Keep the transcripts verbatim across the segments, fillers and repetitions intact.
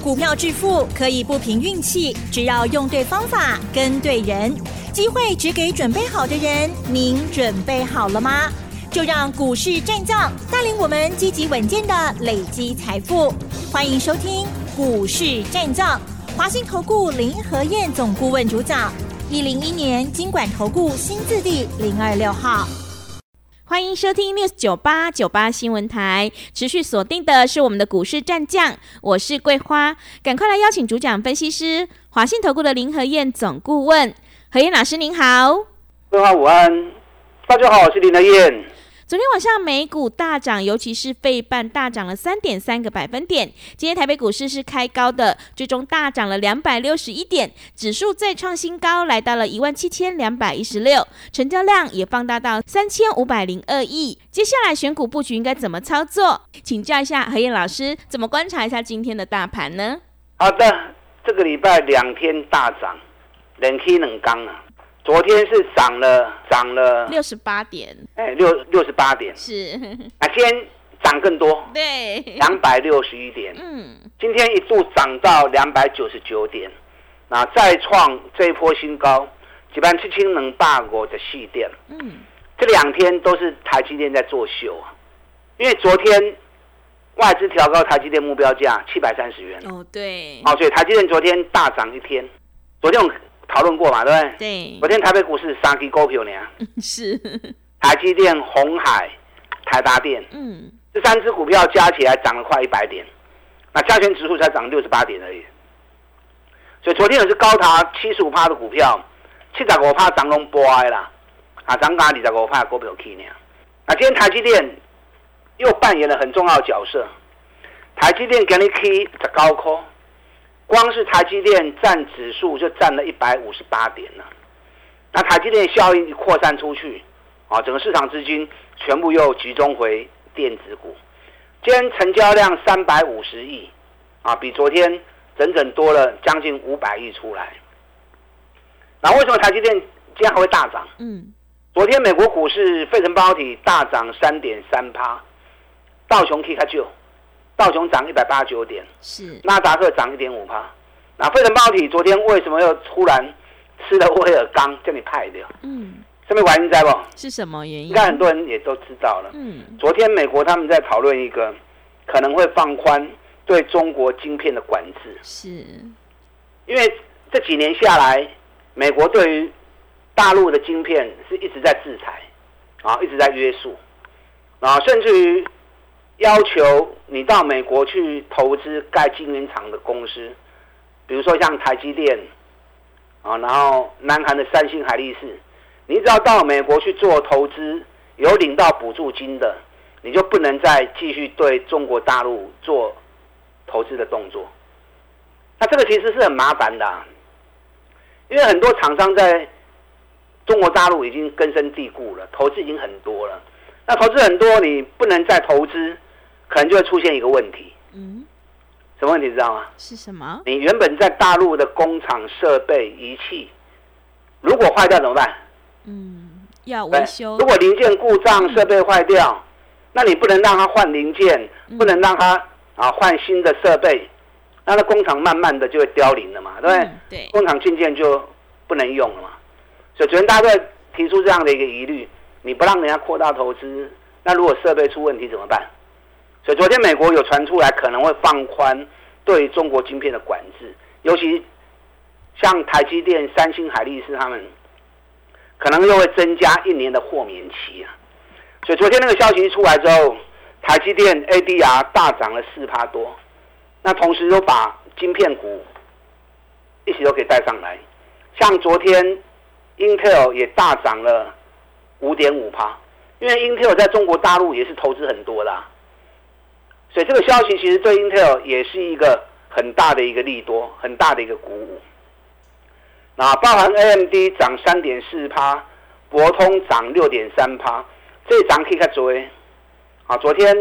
股票致富可以不凭运气，只要用对方法跟对人。机会只给准备好的人，您准备好了吗？就让股市战将带领我们积极稳健的累积财富。欢迎收听股市战将，华信投顾林和彥总顾问主讲，一零一年金管投顾新字第零二六号。 欢迎收听 News 九八九八新闻台，持续锁定的是我们的股市战将，我是桂花，赶快来邀请主讲分析师华信投顾的林和彥总顾问，和彥老师您好。 桂花午安，大家好，我是林和彥。 昨天晚上美股大涨，尤其是费半大涨了 三点三 个百分点。今天台北股市是开高的，最终大涨了两百六十一点，指数再创新高，来到了一万七千两百一十六，成交量也放大到三千五百零二亿。接下来选股布局应该怎么操作？请教一下和彥老师，怎么观察一下今天的大盘呢？ 好的，这个礼拜两天大涨，两天两刚啊。昨天是涨了，涨了六十八点， 哎，六六十八点， 是啊，今天涨更多， 对， 两百六十一点， 嗯， 今天一度涨到两百九十九点，那再创这一波新高，一万七千两百五十四点， 嗯， 这两天都是台积电在作秀啊，因为昨天外资调高台积电目标价七百三十元， 哦，对， 哦，所以台积电昨天大涨一天，昨天我讨论过嘛，对不对？ 对。 昨天台北股市三支股票呢， 是台积电、鸿海、台达电， 嗯， 这三支股票加起来涨了快一百点，那加权指数才涨六十八点而已。所以昨天也是高达七十五趴的股票，七十五趴涨拢波哀啦，啊，涨加二十五趴股票去呢。那今天台积电又扮演了很重要的角色，台积电给你起十九块。光是台积电占指数就占了一百五十八点了，那台积电效应扩散出去，啊，整个市场资金全部又集中回电子股。今天成交量三百五十亿，啊，比昨天整整多了将近五百亿出来。那为什么台积电今天还会大涨？嗯，昨天美国股市费城半导体大涨三点三趴，道琼 K 开就。道琼涨一百八十九点， 是纳达克涨一点五趴。那费城半导体昨天为什么又突然吃了威尔刚叫你派掉？嗯，什么原因知不？ 是什么原因？ 应该很多人也都知道了。嗯，昨天美国他们在讨论一个可能会放宽对中国晶片的管制， 是因为这几年下来，美国对于大陆的晶片是一直在制裁，啊，一直在约束，啊，甚至于要求你到美国去投资盖晶圆厂的公司，比如说像台积电啊，然后南韩的三星、海力士，你只要到美国去做投资，有领到补助金的，你就不能再继续对中国大陆做投资的动作。那这个其实是很麻烦的啊，因为很多厂商在中国大陆已经根深蒂固了，投资已经很多了。那投资很多，你不能再投资，可能就会出现一个问题。嗯，什么问题知道吗？ 是什么？ 你原本在大陆的工厂设备仪器，如果坏掉怎么办？ 嗯，要维修。 如果零件故障，设备坏掉，嗯，那你不能让它换零件，嗯，不能让它啊换新的设备，那那工厂慢慢的就会凋零了嘛，对不对？ 嗯，对。 工厂进件就不能用了嘛。所以昨天大家都在提出这样的一个疑虑。你不让人家扩大投资，那如果设备出问题怎么办？所以昨天美国有传出来可能会放宽对中国晶片的管制，尤其像台积电、三星、海力士他们，可能又会增加一年的豁免期啊。所以昨天那个消息一出来之后，台积电 A D R 大涨了四趴多，那同时又把晶片股一起都给带上来，像昨天 Intel 也大涨了五点五趴，因为 Intel 在中国大陆也是投资很多的，啊，所以这个消息其实对 Intel 也是一个很大的一个利多，很大的一个鼓舞。那包含 A M D 涨三点四趴，博通涨六点三趴，这涨可以看昨天，啊，昨天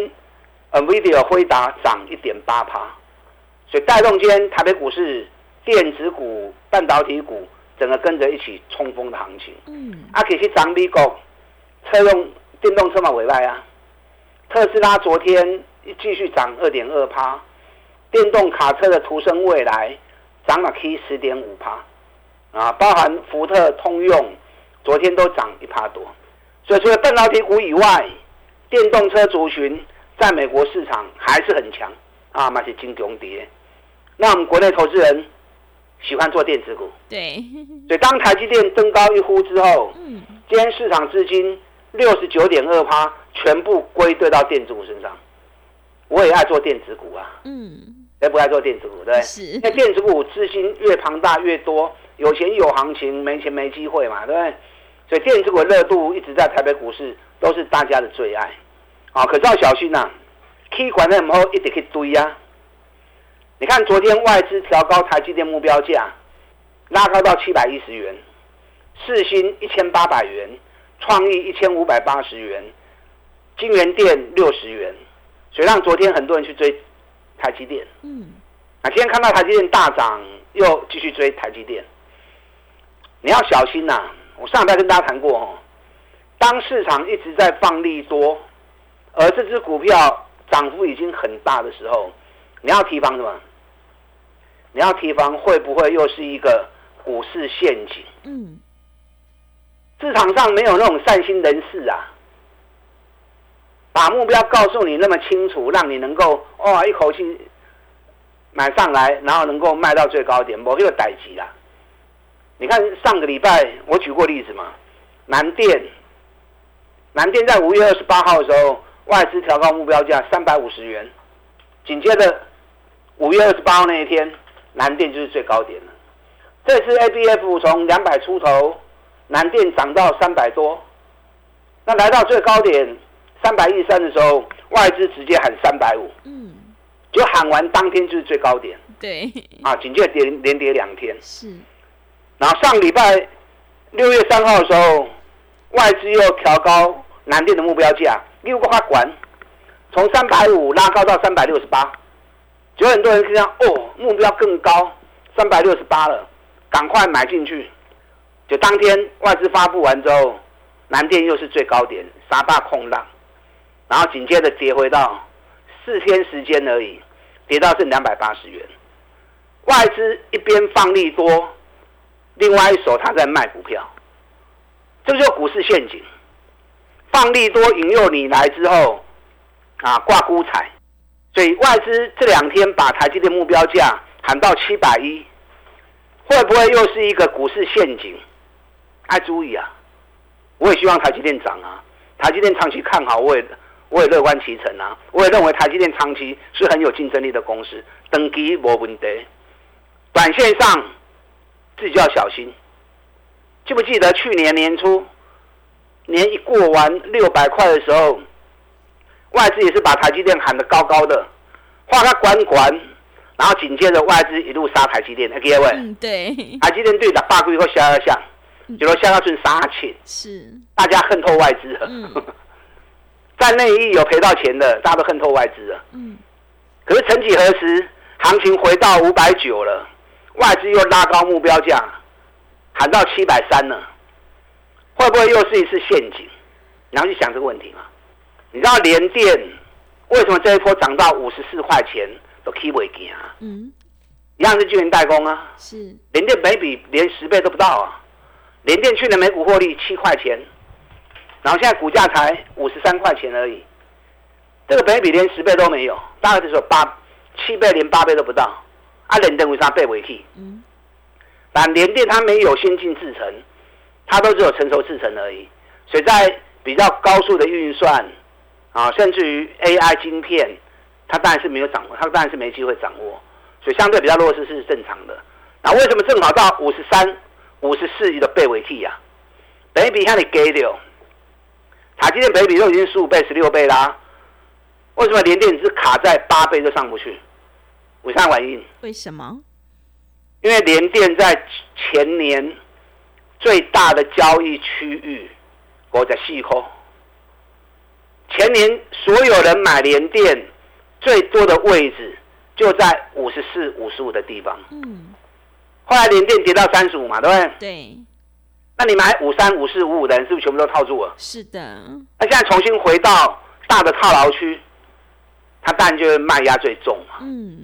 Nvidia 辉达涨一点八趴，所以带动今天台北股市电子股、半导体股整个跟着一起冲锋的行情。嗯，啊，其实涨美国车用电动车嘛尾巴啊，特斯拉昨天继续涨二点二趴， 电动卡车的途胜未来涨了 百分之十点五 啊，包含福特、通用，昨天都涨一趴多。所以除了半导体股以外，电动车族群在美国市场还是很强啊，嘛是金强跌。那我们国内投资人喜欢做电子股， 对， 所以当台积电登高一呼之后， 嗯， 今天市场资金六十九点二趴全部归队到电子股身上。我也爱做电子股啊， 嗯， 谁不爱做电子股？对， 是， 因为电子股资金越庞大越多，有钱有行情，没钱没机会嘛，对不对？所以电子股的热度一直在台北股市都是大家的最爱，啊，可是要小心呐、啊，K 管的时候一直去追啊。你看昨天外资调高台积电目标价，拉高到七百一十元，世芯一千八百元，创意一千五百八十元，金源电六十元，所以让昨天很多人去追台积电。 嗯， 啊，今天看到台积电大涨，又继续追台积电，你要小心呐、啊！我上礼拜跟大家谈过哦，当市场一直在放利多，而这只股票涨幅已经很大的时候，你要提防什么？你要提防会不会又是一个股市陷阱？ 嗯， 市场上没有那种善心人士啊，把目标告诉你那么清楚，让你能够哦一口气买上来，然后能够卖到最高点，没有代志啦。你看上个礼拜我举过例子嘛，南电，南电在五月二十八号的时候，外资调高目标价三百五十元，紧接着五月二十八号那一天，南电就是最高点了。这次 A B F 从两百出头，南电涨到三百多，那来到最高点三百一十三的时候，外资直接喊三百五，嗯，就喊完当天就是最高点， 对， 啊，紧接着连连跌两天， 是。 然后上礼拜六月三号的时候，外资又调高南电的目标价，六个花管，从三百五拉高到三百六十八，就很多人看到哦，目标更高，三百六十八了，赶快买进去。就当天外资发布完之后，南电又是最高点，杀大空浪，然后紧接着跌回到四天时间而已，跌到剩两百八十元。外资一边放利多，另外一手他在卖股票，这就是股市陷阱。放利多引诱你来之后，啊挂估彩，所以外资这两天把台积电目标价喊到七百一，会不会又是一个股市陷阱？要注意啊！我也希望台积电涨啊，台积电长期看好，我也我也乐观其成啊，我也认为台积电长期是很有竞争力的公司，长期没问题。短线上自己就要小心。记不记得去年年初，年一过完六百块的时候，外资也是把台积电喊得高高的，画它管管，然后紧接着外资一路杀台积电，各位， 嗯，对， 台积电对六百块以后下下下，结果下到剩三千， 是， 大家恨透外资了。嗯，在内意有赔到钱的，大家都恨透外资了。嗯，可是曾几何时，行情回到五百九了，外资又拉高目标价，喊到七百三了，会不会又是一次陷阱？你要去想这个问题嘛？你知道联电为什么这一波涨到五十四块钱都 keep 不住啊？嗯，一样是晶圆代工啊。是，联电每比连十倍都不到啊。联电去年每股获利七块钱，然后现在股价才五十三块钱而已，这个本益比连十倍都没有，大概就是八七倍连八倍都不到。啊，联电为啥倍为起？嗯，但联电它没有先进制程，它都只有成熟制程而已，所以在比较高速的运算啊，甚至于 A I 晶片，它当然是没有掌握，它当然是没机会掌握，所以相对比较弱势是正常的。那为什么正好到五十三、五十四的倍为 T 啊？本益比向你给掉，台积电本益比都已经十五倍、十六倍啦，为什么联电只卡在八倍都上不去？为啥原因？ 为什么？ 因为联电在前年最大的交易区域五十四块，前年所有人买联电最多的位置就在五十四、五十五的地方。嗯。后来联电跌到三十五嘛，对不对？ 对。 那你买五三、五四、五五的人是不是全部都套住了？ 是的。 那现在重新回到大的套牢区，它当然就会卖压最重嘛。嗯。所以为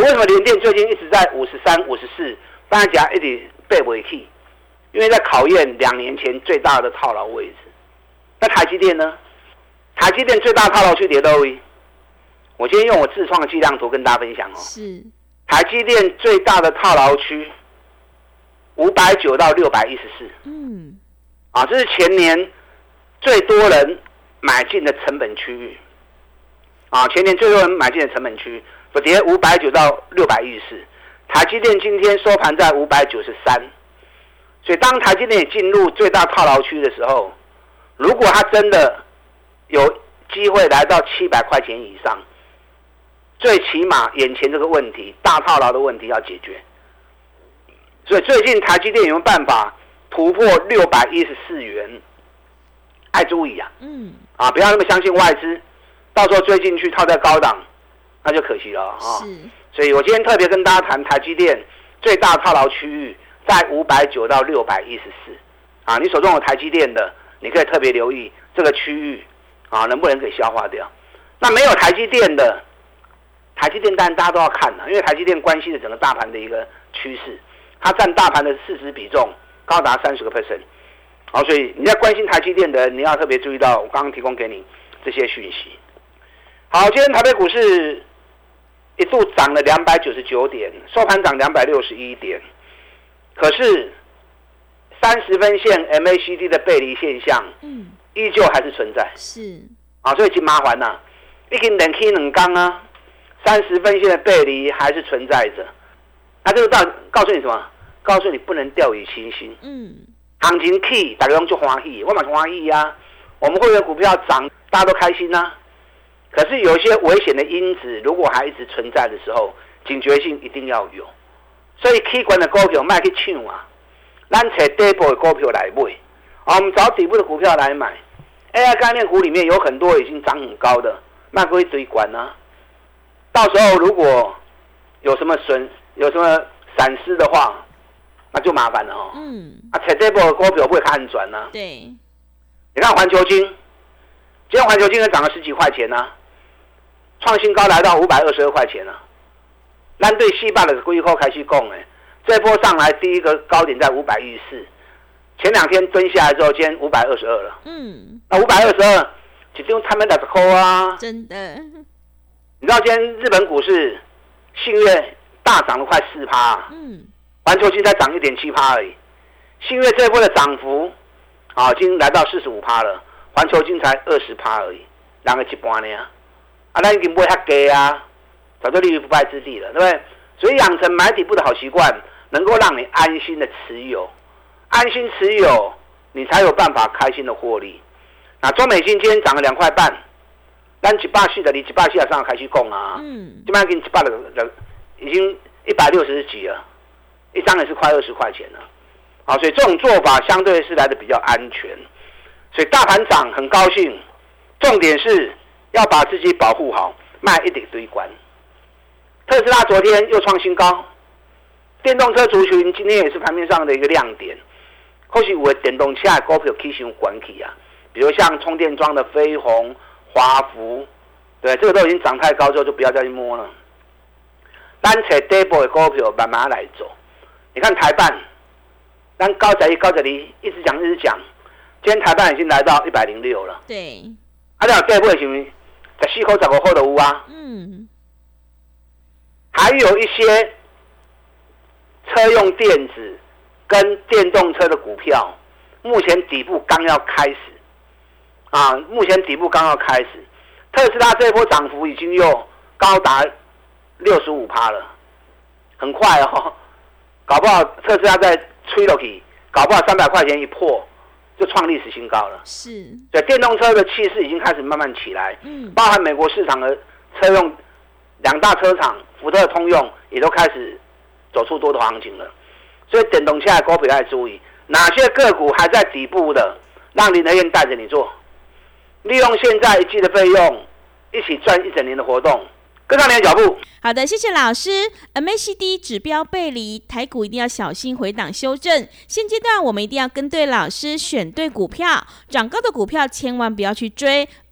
为什么联电最近一直在五十三、五十四，大家一直背不起？因为在考验两年前最大的套牢位置。那台积电呢？台积电最大套牢区跌到位。我今天用我自创的计量图跟大家分享哦。 是。 台积电最大的套牢区五百九到六百一十四。嗯。啊，这是前年最多人买进的成本区域。啊，前年最多人买进的成本区，我跌五百九到六百一十四。台积电今天收盘在五百九十三。所以当台积电也进入最大套牢区的时候，如果它真的有机会来到七百块钱以上，最起码眼前这个问题大套牢的问题要解决。所以最近台积电有没有办法突破六百一十四元？爱注意啊，嗯，啊，不要那么相信外资，到时候追进去套在高档，那就可惜了啊。是。所以我今天特别跟大家谈台积电最大套牢区域在五百九到六百一十四。啊，你手中有台积电的，你可以特别留意这个区域啊，能不能给消化掉？那没有台积电的，台积电当然大家都要看了，因为台积电关系的整个大盘的一个趋势，它占大盘的市值比重高达三十个 percent。好，所以你在关心台积电的，你要特别注意到我刚刚提供给你这些讯息。好，今天台北股市一度涨了两百九十九点，收盘涨两百六十一点，可是三十分线 M A C D 的背离现象，嗯，依旧还是存在。是啊，所以挺麻烦呐、啊，已经连起两天啊，三十分线的背离还是存在着。那、啊、这个告告诉你什么？告诉你不能掉以轻心。嗯，行情起，大家都就欢喜，我嘛欢喜啊。我们会员股票涨，大家都开心啊。可是有一些危险的因子，如果还一直存在的时候，警觉性一定要有。所以起管的股票卖去抢啊，咱找底部的股票来买，啊，我们找底部的股票来买。A I 概念股里面有很多已经涨很高的，卖过一堆管啊。到时候如果有什么损、有什么闪失的话，那就麻烦了哦。嗯。啊，找底部的股票不会看转啊。 对。 你看环球金，今天环球金也涨了十几块钱啊。创新高来到五百二十二块钱了、啊，咱对四百的几块开始讲诶，这波上来第一个高点在五百一十四，前两天蹲下来之后，今天五百二十二了。嗯，那五百二十二，其中他们六十块啊， 真的。 你知道今天日本股市信越大涨了快四趴，嗯，环球金才涨一点七趴而已，信越这波的涨幅啊，已经来到四十五趴了，环球金才二十趴而已，两个一半呢。啊，那已经不会太低啊，早就立于不败之地了，对不对？所以养成买底部的好习惯，能够让你安心的持有，安心持有，你才有办法开心的获利。那中美金今天涨了两块半，咱一百四的离一百四上开始讲啊，嗯，这边给你一百的已经一百六十几了，一张也是快二十块钱了，啊，所以这种做法相对是来的比较安全。所以大盘涨很高兴，重点是要把自己保护好，卖一点堆关。特斯拉昨天又创新高，电动车族群今天也是盘面上的一个亮点。或许我电动车的股票起伤管起啊，比如像充电桩的飞鸿、华孚，对，这个都已经涨太高之后，就不要再去摸了。咱找底部的股票慢慢来走。你看台半，咱高在一高在一，一直讲一直讲，今天台半已经来到一百零六了。 对。 啊，这底部是不是十四块、十五块都有啊？嗯。还有一些车用电子跟电动车的股票，目前底部刚要开始啊，目前底部刚要开始。特斯拉这一波涨幅已经又高达六十五趴了，很快哦，搞不好特斯拉再吹下去，搞不好三百块钱一破，就创历史新高了。 是， 所以电动车的气势已经开始慢慢起来，嗯，包含美国市场的车用两大车厂，福特、通用也都开始走出多头行情了。所以电动车的股票要注意，哪些个股还在底部的，让林和燕带着你做，利用现在一季的费用，一起赚一整年的活动。跟上你的脚步。 好的，谢谢老师。M A C D 指标背离，台股一定要小心回档修正。现阶段我们一定要跟对老师，选对股票，涨高的股票千万不要去追。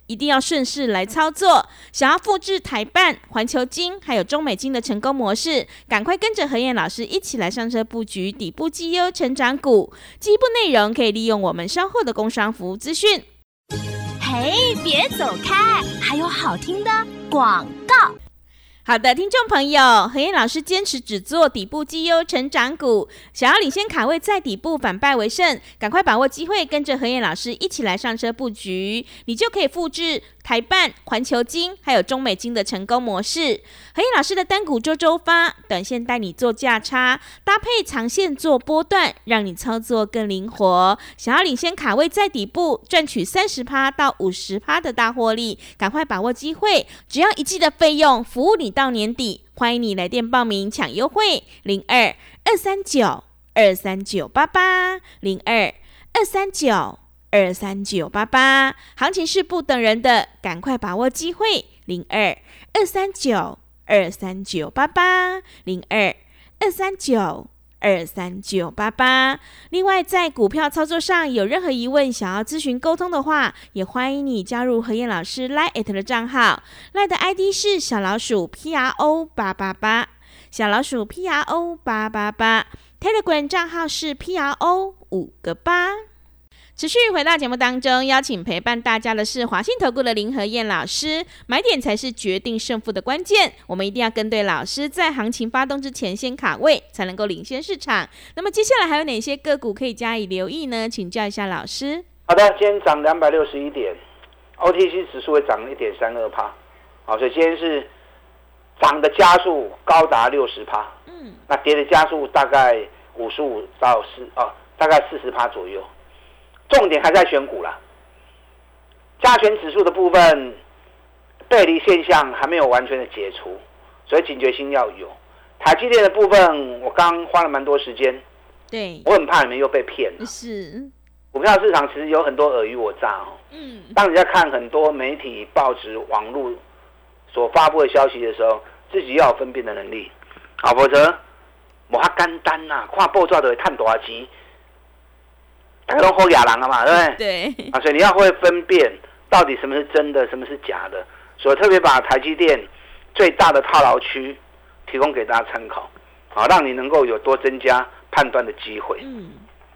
一定要顺势来操作。想要复制台办、环球金还有中美金的成功模式，赶快跟着何燕老师一起来上车布局底部绩优成长股。进一步内容可以利用我们稍后的工商服务资讯。 嘿，别走开，还有好听的广告。 好的，听众朋友，何燕老师坚持只做底部绩优成长股，想要领先卡位在底部反败为胜，赶快把握机会，跟着何燕老师一起来上车布局，你就可以复制台办、环球金还有中美金的成功模式。何燕老师的单股周周发，短线带你做价差，搭配长线做波段，让你操作更灵活。想要领先卡位在底部，赚取 百分之三十 到 百分之五十 的大获利，赶快把握机会，只要一季的费用，服务你到年底。欢迎你来电报名抢优惠，零二二三九二三九八八零二二三九二三九八八，行情是不等人的，赶快把握机会，零二二三九二三九八八零二二三九二三九八八。另外，在股票操作上有任何疑问，想要咨询沟通的话，也欢迎你加入何燕老师 Line 的账号 ，Line 的 I D 是小老鼠 P R O 八八八，小老鼠 P R O 八八八 ，Telegram 账号是 P R O 五个八。持续回到节目当中，邀请陪伴大家的是华信投顾的林和燕老师。买点才是决定胜负的关键，我们一定要跟对老师，在行情发动之前先卡位，才能够领先市场。那么接下来还有哪些个股可以加以留意呢？请教一下老师。 好的，今天涨两百六十一点 ，O T C 指数会涨 一点三二趴，好，所以今天是涨的加速高达 百分之六十，嗯，那跌的加速大概五十五到四哦，大概四十趴左右。重点还在选股啦，加权指数的部分背离现象还没有完全的解除，所以警觉心要有。台积电的部分，我刚花了蛮多时间， 对， 我很怕你们又被骗了。 是， 股票市场其实有很多尔虞我诈哦。嗯，当你在看很多媒体、报纸、网络所发布的消息的时候，自己要有分辨的能力，啊，否则没那么简单呐，看报纸就会赚大钱。大家都好亚人了嘛，对不对？ 对。 啊，所以你要会分辨到底什么是真的，什么是假的。所以特别把台积电最大的套牢区提供给大家参考，好，让你能够有多增加判断的机会。嗯。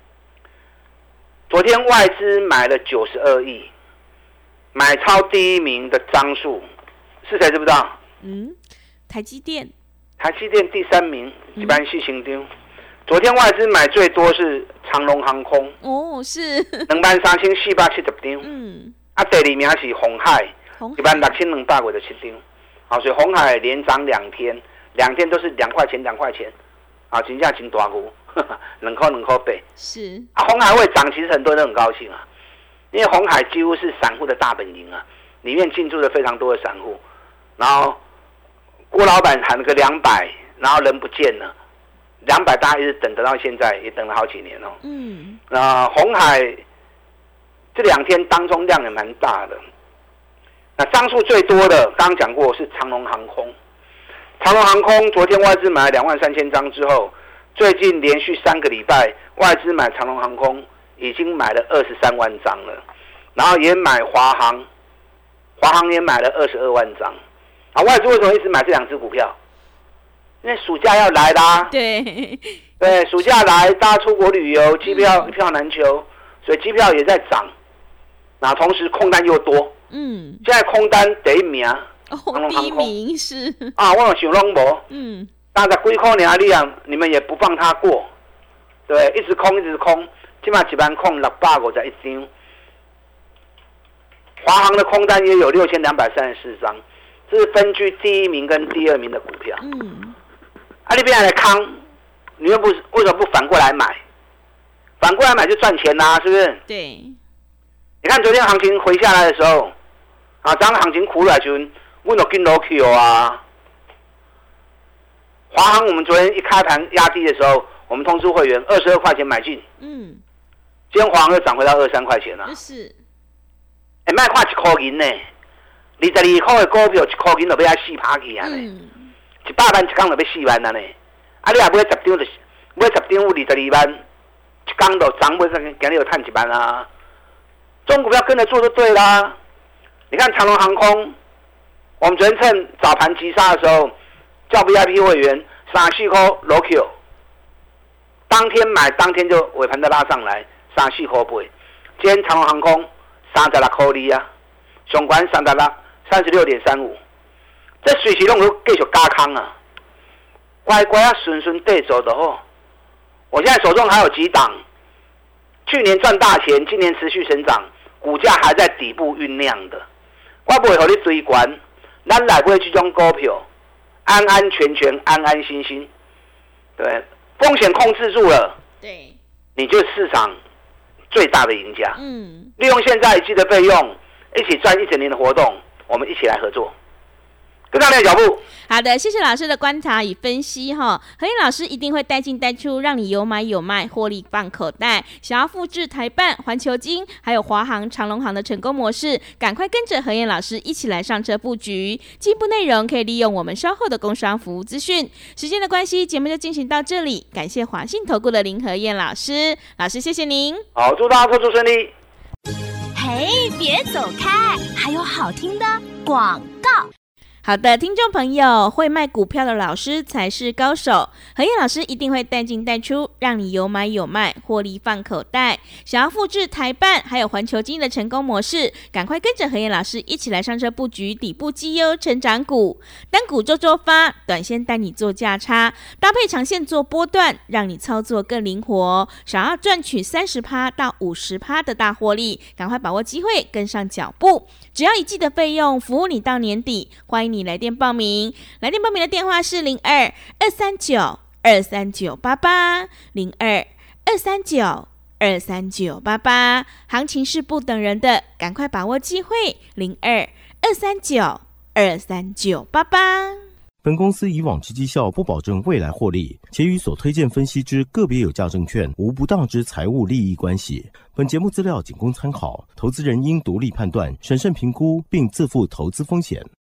昨天外资买了九十二亿，买超第一名的张数是谁？知不知道？ 嗯，台积电。 台积电第三名，一般细行丢。昨天外资买最多是长荣航空， 哦，是两万三千四百七十张。嗯，啊，第二名是鸿海，一万六千两百五十七张。好，所以鸿海连涨两天，两天都是两块钱，两块钱，啊，真正真大股，两块两块倍。 是啊，鸿海会涨，其实很多人都很高兴啊，因为鸿海几乎是散户的大本营啊，里面进驻了非常多的散户，然后郭老板喊了个两百，然后人不见了。两百大家一直等得到现在，也等了好几年哦。嗯，那鸿海这两天当中量也蛮大的。那张数最多的，刚刚讲过是长荣航空。长荣航空昨天外资买了两万三千张之后，最近连续三个礼拜外资买长荣航空已经买了二十三万张了，然后也买华航，华航也买了二十二万张。啊，外资为什么一直买这两只股票？因为暑假要来啦， 对， 对，暑假来，大家出国旅游，机票一票难求，所以机票也在涨。那同时空单又多，嗯，现在空单第一名， 哦，第一名是啊，我有想拢无，嗯，大概几块钱你啊，你们也不放它过，对，一直空一直空，起码一万空六百五十一张。华航的空单也有六千两百三十四张，这是分居第一名跟第二名的股票，嗯。啊，你边来康，你又不为什么不反过来买？反过来买就赚钱啦、啊，是不是？ 对。 你看昨天行情回下来的时候，啊，当行情苦来就，我就跟落去啊。华航我们昨天一开盘压低的时候，我们通知会员二十二块钱买进，嗯，今天华航又涨回到二十三块钱了。 是。 哎，卖看一块银呢，二十二块的股票一块银就要四趴去啊呢。嗯，一百万一天就要四万了呢，啊！你也买十张就买十张有二十二万，一天就涨买上，今日就赚一万啊！中股票跟着做就对啦。 你看长荣航空，我们昨天趁早盘急杀的时候，叫 V I P 会员三四块落 Q， 当天买当天就尾盘再拉上来三四块八。今天长荣航空三十六块二啊，上管三十六三十六点三五，这随时拢有继续加空啊，乖乖啊顺顺对走的哦。我现在手中还有几档，去年赚大钱，今年持续成长，股价还在底部酝酿的，我不会和你追关，咱来买这种股票，安安全全、安安心心，对，风险控制住了， 对， 你就是市场最大的赢家。 嗯， 利用现在一季的费用，一起赚一整年的活动，我们一起来合作，跟上你的脚步。 好的，谢谢老师的观察与分析哈。和晏老师一定会带进带出，让你有买有卖，获利放口袋。想要复制台办、环球金还有华航、长荣航的成功模式，赶快跟着和晏老师一起来上车布局。进一步内容可以利用我们稍后的工商服务资讯。时间的关系，节目就进行到这里。感谢华信投顾的林和晏老师，老师谢谢您。 好，祝大家操作顺利。 嘿，别走开，还有好听的广告。 好的，听众朋友，会卖股票的老师才是高手。和晏老师一定会带进带出，让你有买有卖，获利放口袋。想要复制台办还有环球金的成功模式，赶快跟着和晏老师一起来上车布局底部绩优成长股，单股周周发，短线带你做价差，搭配长线做波段，让你操作更灵活。想要赚取 百分之三十 到 百分之五十 的大获利，赶快把握机会，跟上脚步。只要一季的费用，服务你到年底。欢迎你来电报名，来电报名的电话是零二二三九二三九八八零二二三九二三九八八，行情是不等人的，赶快把握机会，零二二三九二三九八八。 本公司以往之绩效不保证未来获利，且与所推荐分析之个别有价证券无不当之财务利益关系。本节目资料仅供参考，投资人应独立判断、审慎评估，并自负投资风险。